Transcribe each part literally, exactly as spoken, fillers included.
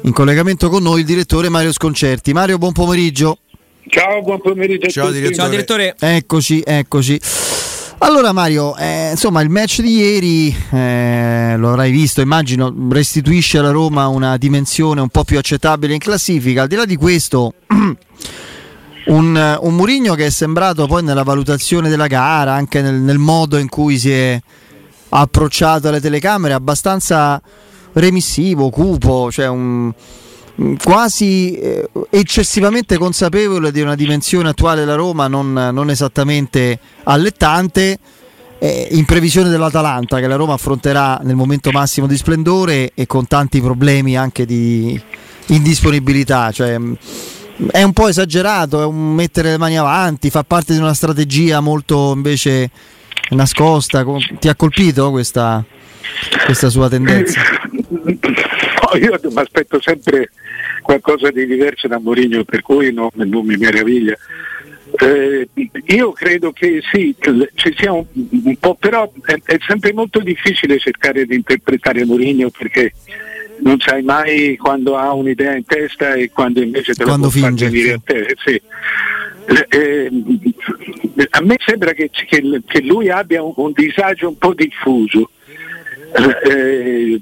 In collegamento con noi il direttore Mario Sconcerti. Mario, buon pomeriggio. Ciao, buon pomeriggio a Ciao, tutti. direttore. Ciao direttore. Eccoci, eccoci. Allora Mario, eh, insomma il match di ieri, eh, lo avrai visto, immagino, restituisce alla Roma una dimensione un po' più accettabile in classifica. Al di là di questo, un, un Mourinho che è sembrato poi nella valutazione della gara, anche nel, nel modo in cui si è approcciato alle telecamere, abbastanza remissivo, cupo, cioè un... quasi eh, eccessivamente consapevole di una dimensione attuale della Roma non, non esattamente allettante, eh, in previsione dell'Atalanta che la Roma affronterà nel momento massimo di splendore e con tanti problemi anche di indisponibilità, cioè è un po' esagerato, è un mettere le mani avanti, fa parte di una strategia molto invece nascosta. Ti ha colpito questa, questa sua tendenza? No, io mi aspetto sempre qualcosa di diverso da Mourinho, per cui no, non mi meraviglia. Eh, io credo che sì, ci sia un, un po', però è, è sempre molto difficile cercare di interpretare Mourinho, perché non sai mai quando ha un'idea in testa e quando invece te la quando può far finge, venire sì. a te. Sì. Eh, a me sembra che, che, che lui abbia un, un disagio un po' diffuso. Eh,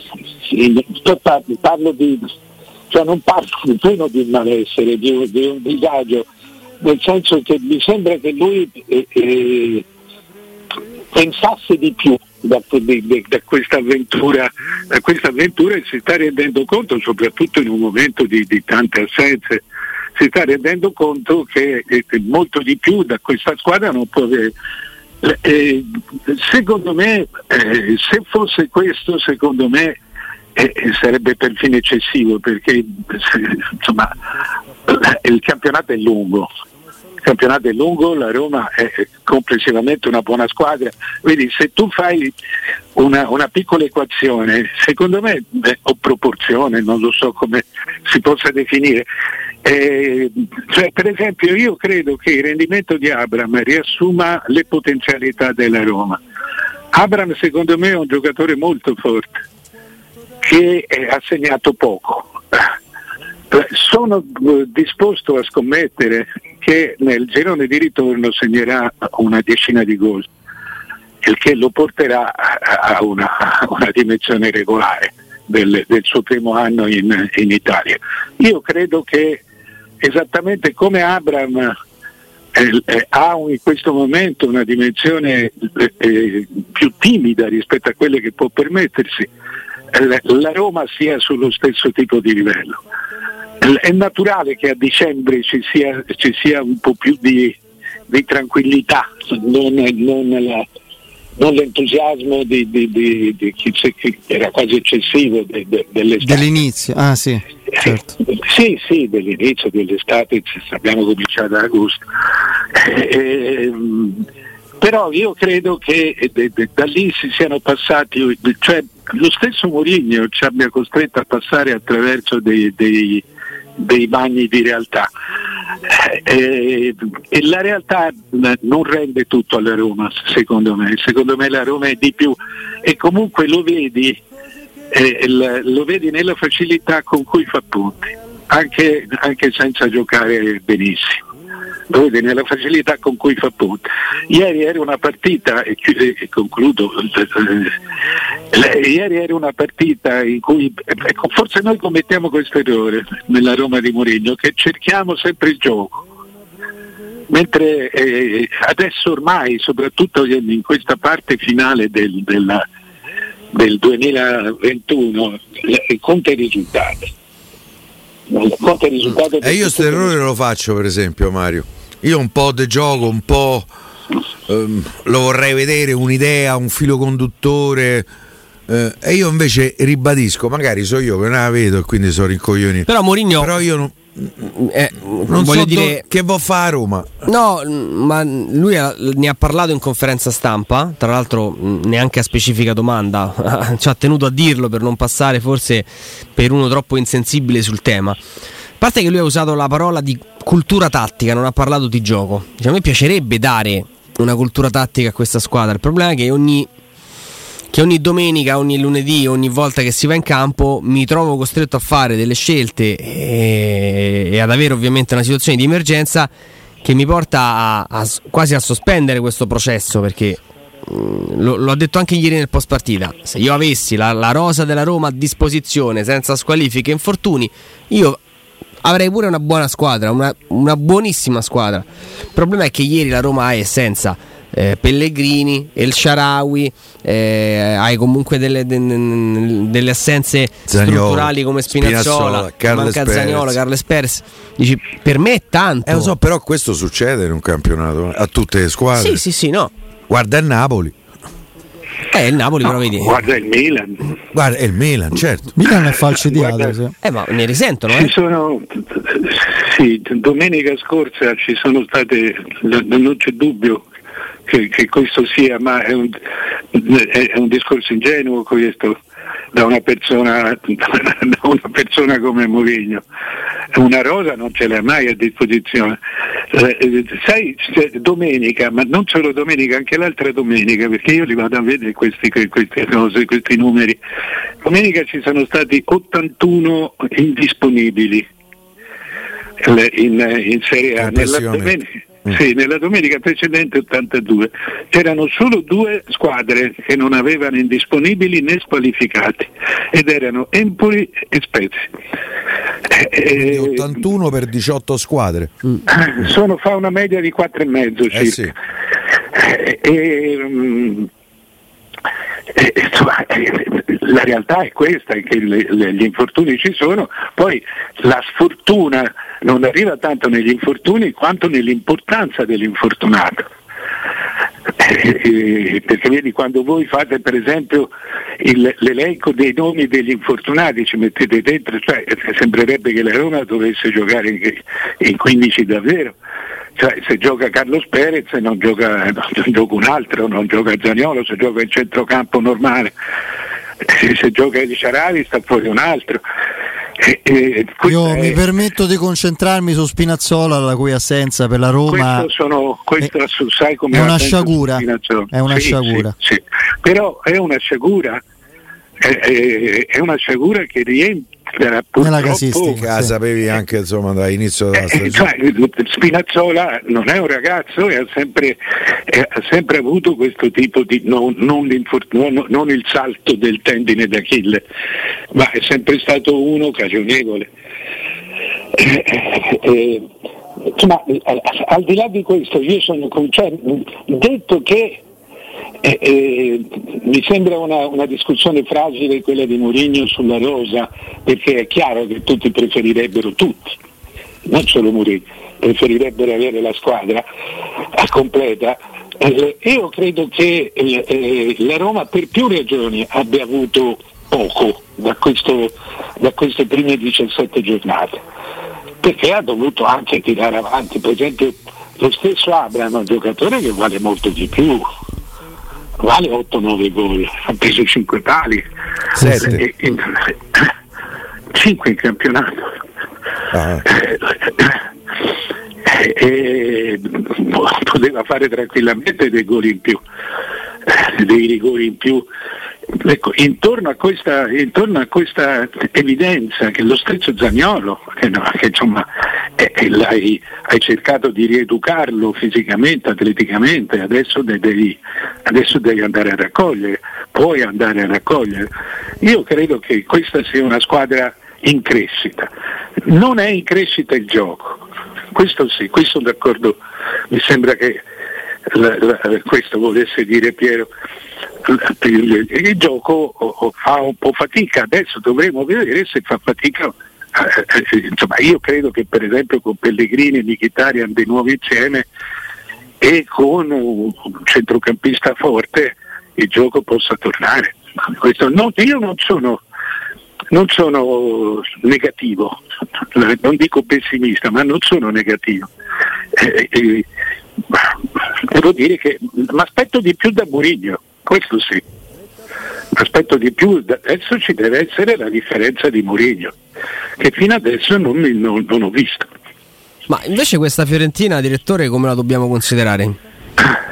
parlo di, cioè non parlo nemmeno di malessere, di, di un disagio, nel senso che mi sembra che lui eh, eh, pensasse di più da, di, da questa avventura, da questa avventura e si sta rendendo conto, soprattutto in un momento di, di tante assenze, si sta rendendo conto che eh, molto di più da questa squadra non può avere. Eh, secondo me, eh, se fosse questo, secondo me eh, sarebbe perfino eccessivo, perché eh, insomma il campionato è lungo. Il campionato è lungo, la Roma è complessivamente una buona squadra. Vedi, se tu fai una, una piccola equazione, secondo me, beh, o proporzione, non lo so come si possa definire. Eh, cioè, per esempio, io credo che il rendimento di Abraham riassuma le potenzialità della Roma. Abraham, secondo me, è un giocatore molto forte che eh, ha segnato poco. Sono eh, disposto a scommettere che nel girone di ritorno segnerà una decina di gol, il che lo porterà a una, a una dimensione regolare del, del suo primo anno in, in Italia. Io credo che esattamente come Abraham eh, eh, ha in questo momento una dimensione eh, eh, più timida rispetto a quelle che può permettersi, eh, la Roma sia sullo stesso tipo di livello. È naturale che a dicembre ci sia, ci sia un po' più di, di tranquillità, non, non, la, non l'entusiasmo di, di, di, di chi che era quasi eccessivo de, de, dell'estate. Dell'inizio, ah sì, certo. Eh, sì, sì, dell'inizio dell'estate, abbiamo cominciato ad agosto. Eh, eh, però io credo che de, de, da lì si siano passati, cioè lo stesso Mourinho ci abbia costretto a passare attraverso dei, dei dei bagni di realtà eh, e la realtà non rende tutto alla Roma, secondo me secondo me la Roma è di più, e comunque lo vedi eh, lo vedi nella facilità con cui fa punti, anche, anche senza giocare benissimo, lo vedi nella facilità con cui fa punti. Ieri era una partita, e, e concludo, eh, ieri era una partita in cui, ecco, forse noi commettiamo questo errore nella Roma di Mourinho, che cerchiamo sempre il gioco, mentre eh, adesso ormai, soprattutto in questa parte finale del, della, del duemilaventuno, eh, conta i risultati. Conta il risultato e io questo errore lo faccio, per esempio, Mario. Io un po' di gioco, un po' ehm, lo vorrei vedere, un'idea, un filo conduttore, eh, e io invece ribadisco, magari so io che non la vedo e quindi sono rincoglionito. Però Mourinho, però io non, eh, non voglio so dire do, che può fare a Roma. No, ma lui ha, ne ha parlato in conferenza stampa, tra l'altro neanche a specifica domanda, ci ha tenuto a dirlo per non passare forse per uno troppo insensibile sul tema. A parte che lui ha usato la parola di cultura tattica, non ha parlato di gioco. Cioè, a me piacerebbe dare una cultura tattica a questa squadra, il problema è che ogni che ogni domenica, ogni lunedì, ogni volta che si va in campo mi trovo costretto a fare delle scelte e, e ad avere ovviamente una situazione di emergenza che mi porta a, a, quasi a sospendere questo processo, perché mh, lo, lo ha detto anche ieri nel post partita, se io avessi la, la rosa della Roma a disposizione senza squalifiche e infortuni, io avrei pure una buona squadra, una, una buonissima squadra. Il problema è che ieri la Roma è senza eh, Pellegrini, El Shaarawy, eh, hai comunque delle, de, delle assenze Zaniolo, strutturali come Spinazzola, Spinazzola manca Zaniolo, Carles Perez. Dici, per me è tanto. Eh, lo so, però questo succede in un campionato a tutte le squadre. Sì, sì, sì, no. Guarda il Napoli. Eh, il Napoli, no, però vedi. Guarda il Milan. Guarda, è il Milan, certo. Milan è falcidiato, sì. Eh, ma ne risentono, Ci eh? sono, sì, domenica scorsa ci sono state, non c'è dubbio che, che questo sia, ma è un, è un discorso ingenuo questo da una persona, da una persona come Mourinho. Una rosa non ce l'ha mai a disposizione. Eh, sai, domenica, ma non solo domenica, anche l'altra domenica, perché io li vado a vedere questi, queste cose, questi numeri. Domenica ci sono stati ottantuno indisponibili in, in Serie A. Nella domenica, mm. sì, nella domenica precedente ottantadue. C'erano solo due squadre che non avevano indisponibili né squalificati, ed erano Empoli e Spezia. Eh, ottantuno per diciotto squadre. Sono, fa una media di quattro e mezzo circa. Eh sì. eh, eh, eh, insomma, eh, la realtà è questa, è che le, le, gli infortuni ci sono, poi la sfortuna non arriva tanto negli infortuni quanto nell'importanza dell'infortunato. Eh, perché vedi, quando voi fate per esempio il, l'elenco dei nomi degli infortunati, ci mettete dentro, cioè sembrerebbe che la Roma dovesse giocare in, in quindici davvero, cioè se gioca Carlos Perez non gioca, non gioca un altro, non gioca Zaniolo, se gioca in centrocampo normale, se, se gioca El Shaarawy sta fuori un altro. Eh, eh, Io è, mi permetto di concentrarmi su Spinazzola, la cui assenza per la Roma questo sono, questo è, sai come è una sciagura, è una sì, sciagura. Sì, sì. Però è una sciagura, è, è, è una sciagura che rientra nella casistica, sì. Sapevi anche insomma dall'inizio della stagione. Eh, cioè, Spinazzola non è un ragazzo e ha sempre, eh, ha sempre avuto questo tipo di non, non, non, non il salto del tendine d'Achille, ma è sempre stato uno cagionevole. Eh, eh, insomma, al di là di questo, io sono cioè, detto che Eh, eh, mi sembra una, una discussione fragile quella di Mourinho sulla rosa, perché è chiaro che tutti preferirebbero, tutti, non solo Mourinho, preferirebbero avere la squadra completa. Eh, io credo che eh, eh, la Roma per più ragioni abbia avuto poco da, questo, da queste prime diciassette giornate, perché ha dovuto anche tirare avanti, per esempio lo stesso Abraham, un giocatore che vale molto di più, vale otto nove gol, ha preso cinque pali, sette cinque in campionato. Ah. E, e, poteva fare tranquillamente dei gol in più, dei rigori in più. Ecco, intorno a questa, intorno a questa evidenza che lo stesso Zaniolo, che, no, che insomma eh, l'hai, hai cercato di rieducarlo fisicamente, atleticamente, adesso devi, adesso devi andare a raccogliere, puoi andare a raccogliere. Io credo che questa sia una squadra in crescita, non è in crescita il gioco, questo sì, questo d'accordo, mi sembra che la, la, questo volesse dire Piero. Il, il gioco fa un po' fatica, adesso dovremo vedere se fa fatica. Eh, insomma, io credo che per esempio con Pellegrini e Mkhitaryan di nuovo insieme e con un centrocampista forte il gioco possa tornare. Questo, no, io non sono, non sono negativo, non dico pessimista, ma non sono negativo. Eh, eh, devo dire che mi aspetto di più da Mourinho. Questo sì, aspetto di più, adesso ci deve essere la differenza di Mourinho, che fino adesso non, non, non ho visto. Ma invece questa Fiorentina, direttore, come la dobbiamo considerare?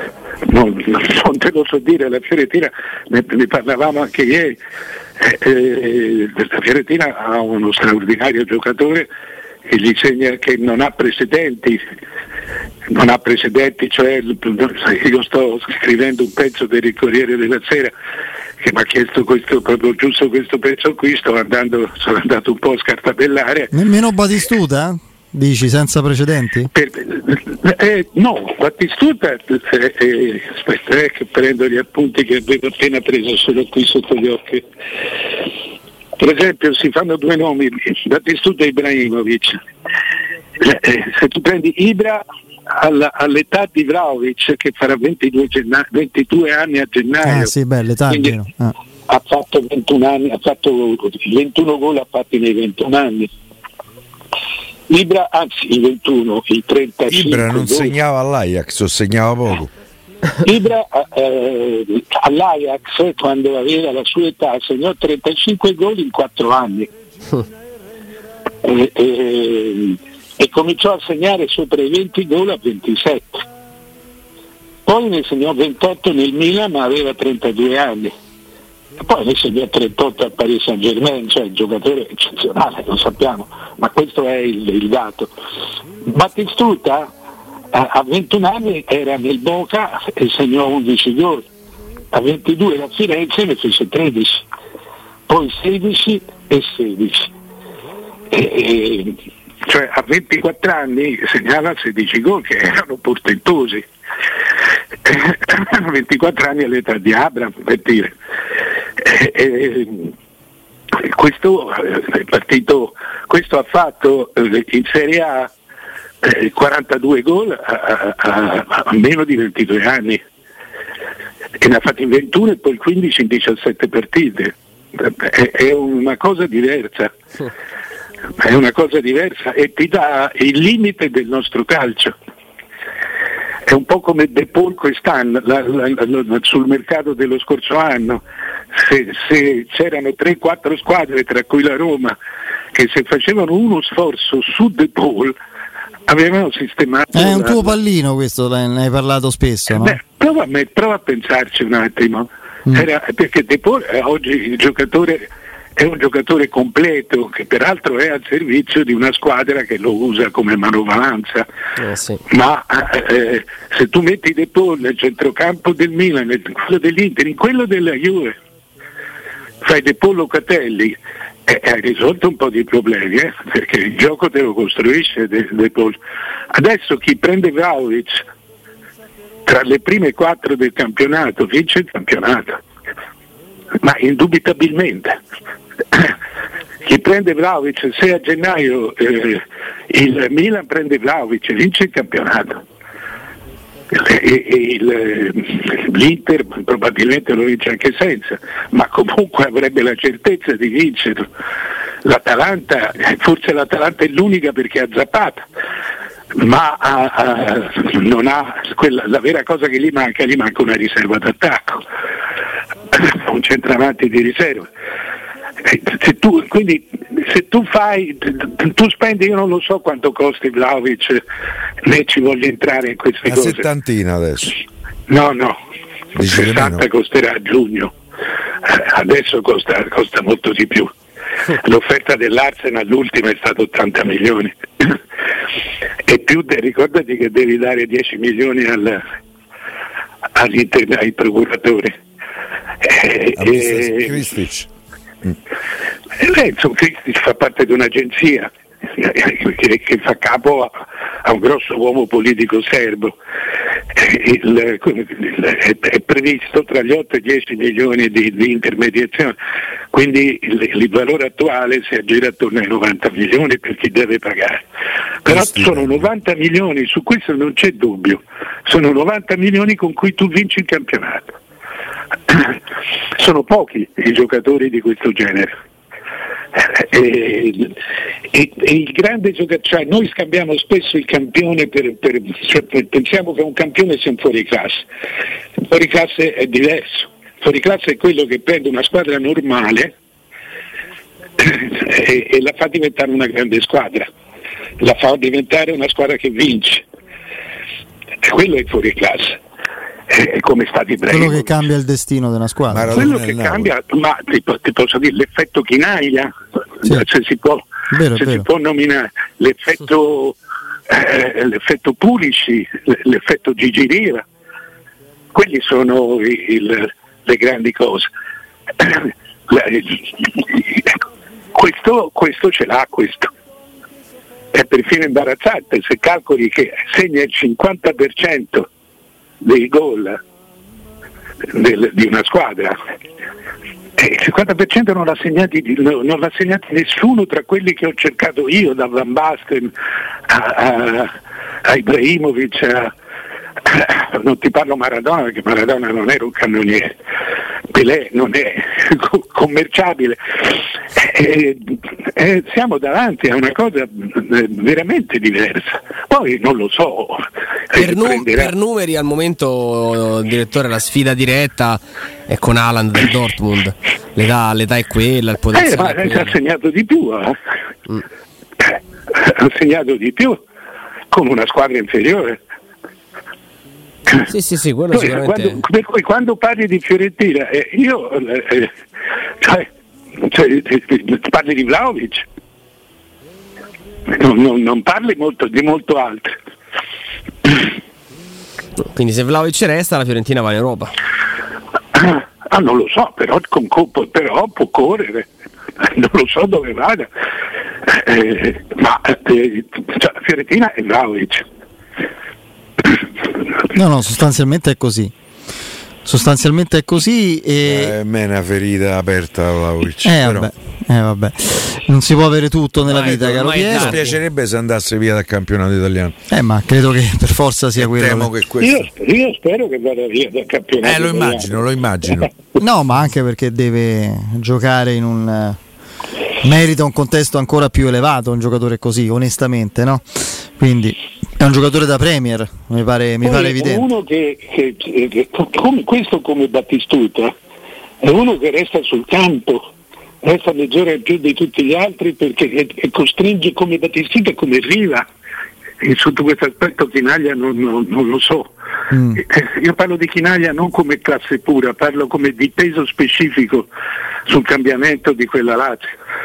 non, non te lo so dire, la Fiorentina, ne, ne parlavamo anche ieri, eh, eh, la Fiorentina ha uno straordinario giocatore che gli segna che non ha precedenti, non ha precedenti, cioè io sto scrivendo un pezzo per il Corriere della Sera che mi ha chiesto questo, proprio giusto questo pezzo qui, sto andando, sono andato un po' a scartabellare. Nemmeno Batistuta? Dici senza precedenti? Per, eh, no, Batistuta, eh, eh, aspetta eh, che prendo gli appunti che avevo appena preso, sono qui sotto gli occhi. Per esempio si fanno due nomi, Batistuta e Ibrahimovic. Eh, se tu prendi Ibra alla, all'età di Vlahovic, che farà ventidue, genna- ventidue anni a gennaio, eh, sì, beh, l'età quindi meno. Ah. ha fatto ventuno anni, ha fatto ventuno gol ha fatti nei ventuno anni. Ibra, anzi i ventuno, i trentacinque Ibra non gol. segnava all'Ajax o segnava poco. Ibra eh, all'Ajax quando aveva la sua età segnò trentacinque gol in quattro anni e, e, e cominciò a segnare sopra i venti gol a ventisette, poi ne segnò ventotto nel Milan ma aveva trentadue anni, e poi ne segnò trentotto al Paris Saint-Germain, cioè il giocatore eccezionale, lo sappiamo, ma questo è il, il dato. Batistuta a ventuno anni era nel Boca e segnò undici gol, a ventidue a Firenze ne fece tredici, poi sedici e sedici, e, e, cioè a ventiquattro anni segnava sedici gol che erano portentosi, a ventiquattro anni all'età di Abraham, per dire. E, e, questo è partito, questo ha fatto in Serie A Eh, quarantadue gol a, a, a meno di ventidue anni e ne ha fatti in ventuno e poi quindici in diciassette partite. È, è una cosa diversa, è una cosa diversa e ti dà il limite del nostro calcio. È un po' come De Paul quest'anno, la, la, la, sul mercato dello scorso anno, se, se c'erano tre quattro squadre, tra cui la Roma, che se facevano uno sforzo su De Paul avevano sistemato. È un la... tuo pallino questo, ne hai parlato spesso, no? Beh, prova, a, prova a pensarci un attimo, mm. Era, perché De Paul eh, oggi il giocatore è un giocatore completo che peraltro è al servizio di una squadra che lo usa come manovalanza, eh, sì. ma eh, se tu metti De Paul nel centrocampo del Milan, in quello dell'Inter, in quello della Juve, fai De Paul Locatelli, eh, hai risolto un po' di problemi, eh? Perché il gioco te lo costruisce De, De Paul. Adesso chi prende Vlahovic tra le prime quattro del campionato vince il campionato, ma indubitabilmente. Chi prende Vlahovic, se a gennaio eh, il Milan prende Vlahovic vince il campionato, e, e il, l'Inter probabilmente lo vince anche senza, ma comunque avrebbe la certezza di vincerlo. L'Atalanta, forse l'Atalanta è l'unica perché ha Zapata, ma ha, ha, non ha quella, la vera cosa che gli manca, gli manca una riserva d'attacco, un centravanti di riserva. Se tu, quindi se tu fai, tu spendi, io non lo so quanto costi Vlahovic, né ci voglio entrare in queste una cose. Una settantina adesso. No, no, sessanta costerà a giugno, adesso costa, costa molto di più. L'offerta dell'Arsenal l'ultima è stata ottanta milioni e più de, ricordati che devi dare dieci milioni al, ai procuratori. Eh, eh, Kristic. Mm. Eh, insomma, Kristic fa parte di un'agenzia che, che fa capo a, a un grosso uomo politico serbo. Il, il, è, è previsto tra gli otto e i dieci milioni di, di intermediazione, quindi il, il valore attuale si aggira attorno ai novanta milioni per chi deve pagare, però sono novanta milioni, su questo non c'è dubbio, sono novanta milioni con cui tu vinci il campionato. Sono pochi i giocatori di questo genere. E, e, e il grande giocatore, cioè noi scambiamo spesso il campione per, per, cioè pensiamo che un campione sia un fuoriclasse. Un fuoriclasse è diverso, il fuoriclasse è quello che prende una squadra normale e, e la fa diventare una grande squadra, la fa diventare una squadra che vince, e quello è il fuoriclasse. eh, come sta di Ibrahimovic. Quello che cambia il destino della squadra. Ma quello che cambia, ma ti, ti posso dire l'effetto Chinaglia, sì. se si può, vero, se si può nominare l'effetto eh, l'effetto Pulisic, l'effetto Gigi Riva, quelli sono il, il, le grandi cose. Questo, questo ce l'ha, questo è perfino imbarazzante se calcoli che segna il cinquanta per cento dei gol del, di una squadra e il cinquanta per cento non l'ha segnati non l'ha segnati nessuno tra quelli che ho cercato io, da Van Basten a, a, a Ibrahimovic a, a, non ti parlo Maradona, perché Maradona non era un cannoniere, Pelé non è commerciabile, eh, eh, siamo davanti a una cosa veramente diversa. Poi non lo so, per, nu- per numeri al momento, direttore, la sfida diretta è con Haaland del Dortmund, l'età, l'età è quella, il potenziale eh, ma ha segnato di più eh. mm. ha segnato di più con una squadra inferiore. Sì, sì, sì, quello sicuramente. Quando, per cui quando parli di Fiorentina, eh, io eh, cioè, cioè, parli di Vlahovic, non, non, non parli molto di molto altro. Quindi se Vlahovic resta, la Fiorentina va in Europa. Ah, non lo so, però, con, però può correre, non lo so dove vada, eh, ma eh, cioè, la Fiorentina è Vlahovic. No, no, sostanzialmente è così. Sostanzialmente è così e eh, a me è una ferita aperta Vlahovic. Eh, vabbè, eh vabbè. Non si può avere tutto nella mai, vita, caro Piero. Mi dispiacerebbe se andasse via dal campionato italiano. Eh, ma credo che per forza sia quello. Temo che questo... io, io spero che vada via dal campionato. Eh, lo immagino, italiano. lo immagino. No, ma anche perché deve giocare in un merita un contesto ancora più elevato, un giocatore così, onestamente, no? Quindi è un giocatore da Premier, mi pare, mi pare evidente. È uno che, che, che come, questo come Battistuta è uno che resta sul campo, resta mezz'ora in più di tutti gli altri perché è, è costringe come Battistuta, come Riva. E sotto questo aspetto Chinaglia non, non, non lo so. Mm. Io parlo di Chinaglia non come classe pura, parlo come di peso specifico sul cambiamento di quella Lazio.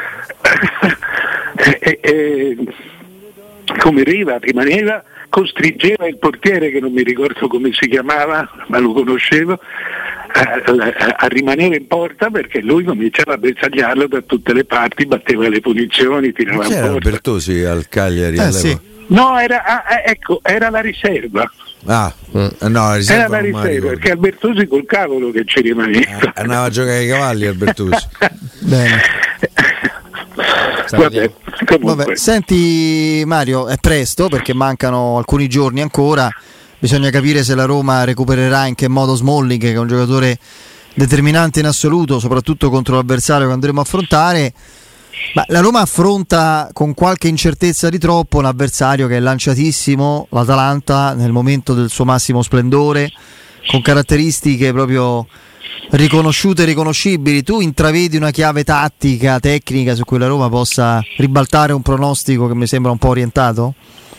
e, e, come Riva rimaneva, costringeva il portiere, che non mi ricordo come si chiamava, ma lo conoscevo, a, a, a rimanere in porta perché lui cominciava a bersagliarlo da tutte le parti, batteva le punizioni, tirava in porta. Bertozzi al Cagliari eh, sì. No, era ah, ecco, era la riserva. Ah, no, la riserva era la riserva, perché Albertosi col cavolo che ci rimaneva. Ah, andava a giocare ai cavalli Albertosi. Bene. Vabbè, Vabbè, senti Mario, è presto perché mancano alcuni giorni ancora, bisogna capire se la Roma recupererà in che modo Smalling, che è un giocatore determinante in assoluto, soprattutto contro l'avversario che andremo a affrontare. Ma la Roma affronta con qualche incertezza di troppo un avversario che è lanciatissimo, l'Atalanta, nel momento del suo massimo splendore, con caratteristiche proprio riconosciute e riconoscibili. Tu intravedi una chiave tattica, tecnica su cui la Roma possa ribaltare un pronostico che mi sembra un po' orientato?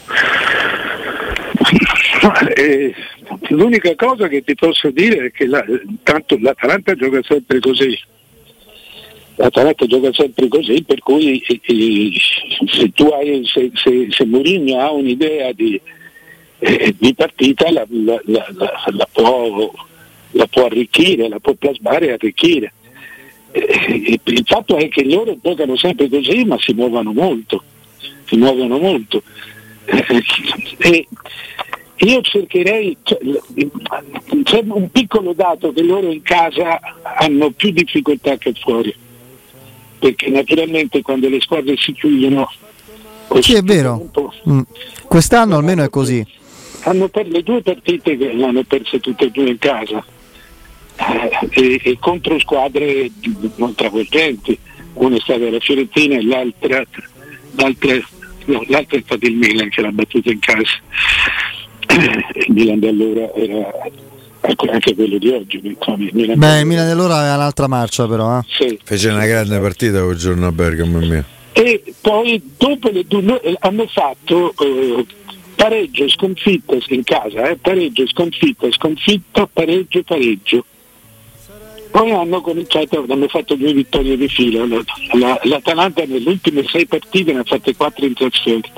Eh, l'unica cosa che ti posso dire è che la, tanto l'Atalanta gioca sempre così. L'Atalanta gioca sempre così, per cui eh, se tu hai se, se, se Mourinho ha un'idea di, eh, di partita la, la, la, la, la, può, la può arricchire, la può plasmare e arricchire. Eh, il fatto è che loro giocano sempre così, ma si muovono molto, si muovono molto. Eh, e io cercherei, cioè, c'è un piccolo dato che loro in casa hanno più difficoltà che fuori. Perché naturalmente quando le squadre si chiudono, sì, è vero, mm. quest'anno almeno è così. Hanno per le due partite che le hanno perse tutte e due in casa eh, e, e contro squadre non travolgenti, una è stata la Fiorentina e l'altra l'altra, no, l'altra è stata il Milan che l'ha battuta in casa. Il Milan di allora era anche quello di oggi. Milan Beh, il Milan dell'ora aveva un'altra marcia, però. Eh. Sì. Fece una grande partita quel giorno a Bergamo. Mio. E poi dopo le due hanno fatto eh, pareggio, sconfitta in casa, eh? pareggio, sconfitta, sconfitta, pareggio, pareggio. Poi hanno cominciato, hanno fatto due vittorie di fila. La, la, L'Atalanta nelle ultime sei partite ne ha fatte quattro in trasferta.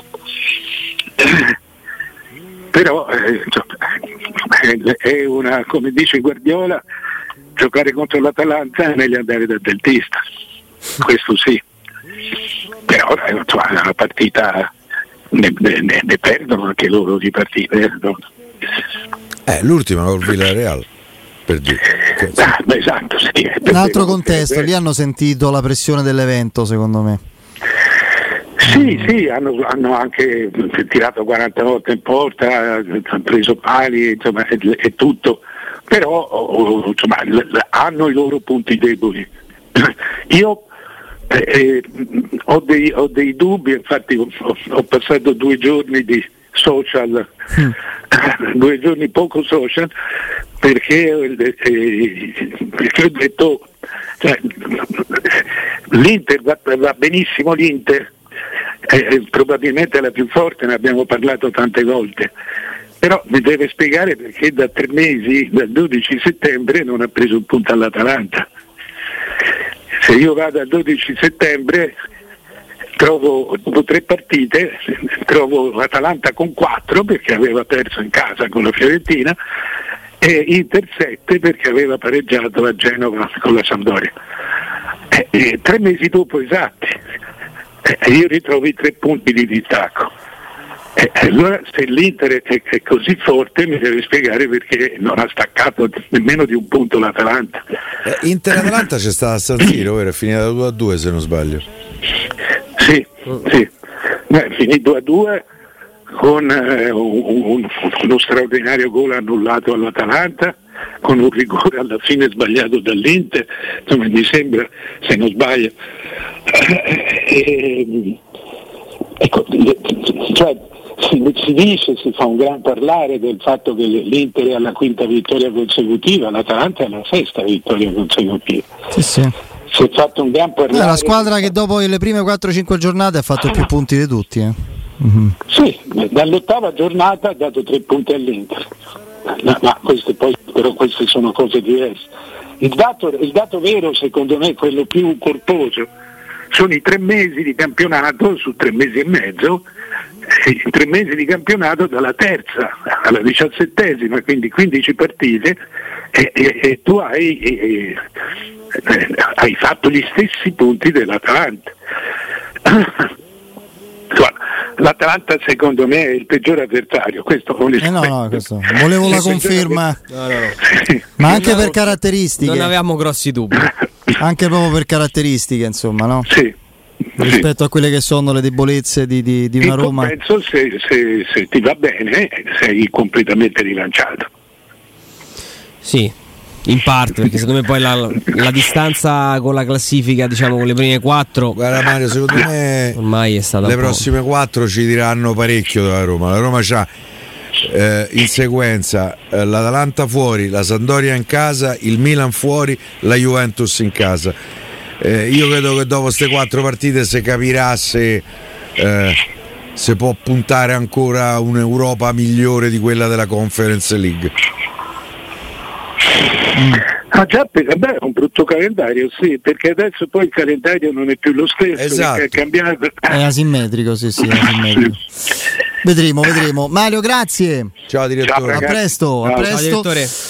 Però eh, è una, come dice Guardiola, giocare contro l'Atalanta è meglio andare da dentista, questo sì. Però insomma, una partita ne, ne, ne perdono anche loro di partite. Eh, l'ultima col Villarreal. Per dire. Ah, beh, esatto, sì. Un altro contesto, lì hanno sentito la pressione dell'evento, secondo me. Sì, sì, hanno, hanno anche tirato quaranta volte in porta, hanno preso pali, insomma, è, è tutto, però insomma, hanno i loro punti deboli. Io eh, eh, ho, dei, ho dei dubbi, infatti ho, ho passato due giorni di social, mm. due giorni poco social, perché, eh, perché ho detto, cioè, l'Inter va, va benissimo, l'Inter è probabilmente la più forte, ne abbiamo parlato tante volte, però mi deve spiegare perché da tre mesi, dal dodici settembre, non ha preso un punto all'Atalanta. Se io vado al dodici settembre trovo dopo tre partite, trovo l'Atalanta con quattro perché aveva perso in casa con la Fiorentina e Inter sette perché aveva pareggiato a Genova con la Sampdoria. E, e, tre mesi dopo esatti, e io ritrovo i tre punti di distacco. E, allora se l'Inter è, è così forte mi deve spiegare perché non ha staccato nemmeno di un punto l'Atalanta. Eh, Inter-Atalanta c'è stata a San Siro, vero? È finita due a due se non sbaglio. Sì, sì. È finito a due con eh, un, un, uno straordinario gol annullato all'Atalanta, con un rigore alla fine sbagliato dall'Inter, insomma mi sembra, se non sbaglio. Eh, ecco, cioè, si, si dice, si fa un gran parlare del fatto che l'Inter è alla quinta vittoria consecutiva, l'Atalanta è alla sesta vittoria consecutiva. Sì, sì. Si è fatto un gran parlare. È la squadra che dopo le prime quattro cinque giornate ha fatto più punti di tutti. Eh. Mm-hmm. Sì, dall'ottava giornata ha dato tre punti all'Inter. No, ma queste poi, però queste sono cose diverse. Il dato, il dato vero, secondo me, quello più corposo, sono i tre mesi di campionato su tre mesi e mezzo, i tre mesi di campionato dalla terza alla diciassettesima, quindi quindici partite, e, e, e tu hai, e, e, hai fatto gli stessi punti dell'Atalanta. L'Atalanta secondo me è il peggiore avversario, questo eh no, no, questo. Volevo la conferma, no, no, no. Ma anche per caratteristiche. Non avevamo grossi dubbi. Anche proprio per caratteristiche, insomma, no? Sì. Rispetto sì. a quelle che sono le debolezze di, di, di una in Roma. Penso se, se, se ti va bene sei completamente rilanciato. Sì, in parte, perché secondo me poi la, la distanza con la classifica, diciamo con le prime quattro, guarda Mario, secondo me ormai è stata le prossime quattro ci diranno parecchio dalla Roma. La Roma c'ha eh, in sequenza eh, l'Atalanta fuori, la Sampdoria in casa, il Milan fuori, la Juventus in casa. Eh, io credo che dopo queste quattro partite si capirà se eh, si può puntare ancora a un'Europa migliore di quella della Conference League. Mm. Ah già, beh, è un brutto calendario, sì, perché adesso poi il calendario non è più lo stesso, esatto. È cambiato. È asimmetrico, sì, sì, è asimmetrico. Vedremo, vedremo. Mario, grazie. Ciao direttore. Ciao, a presto, a presto. Ciao, direttore.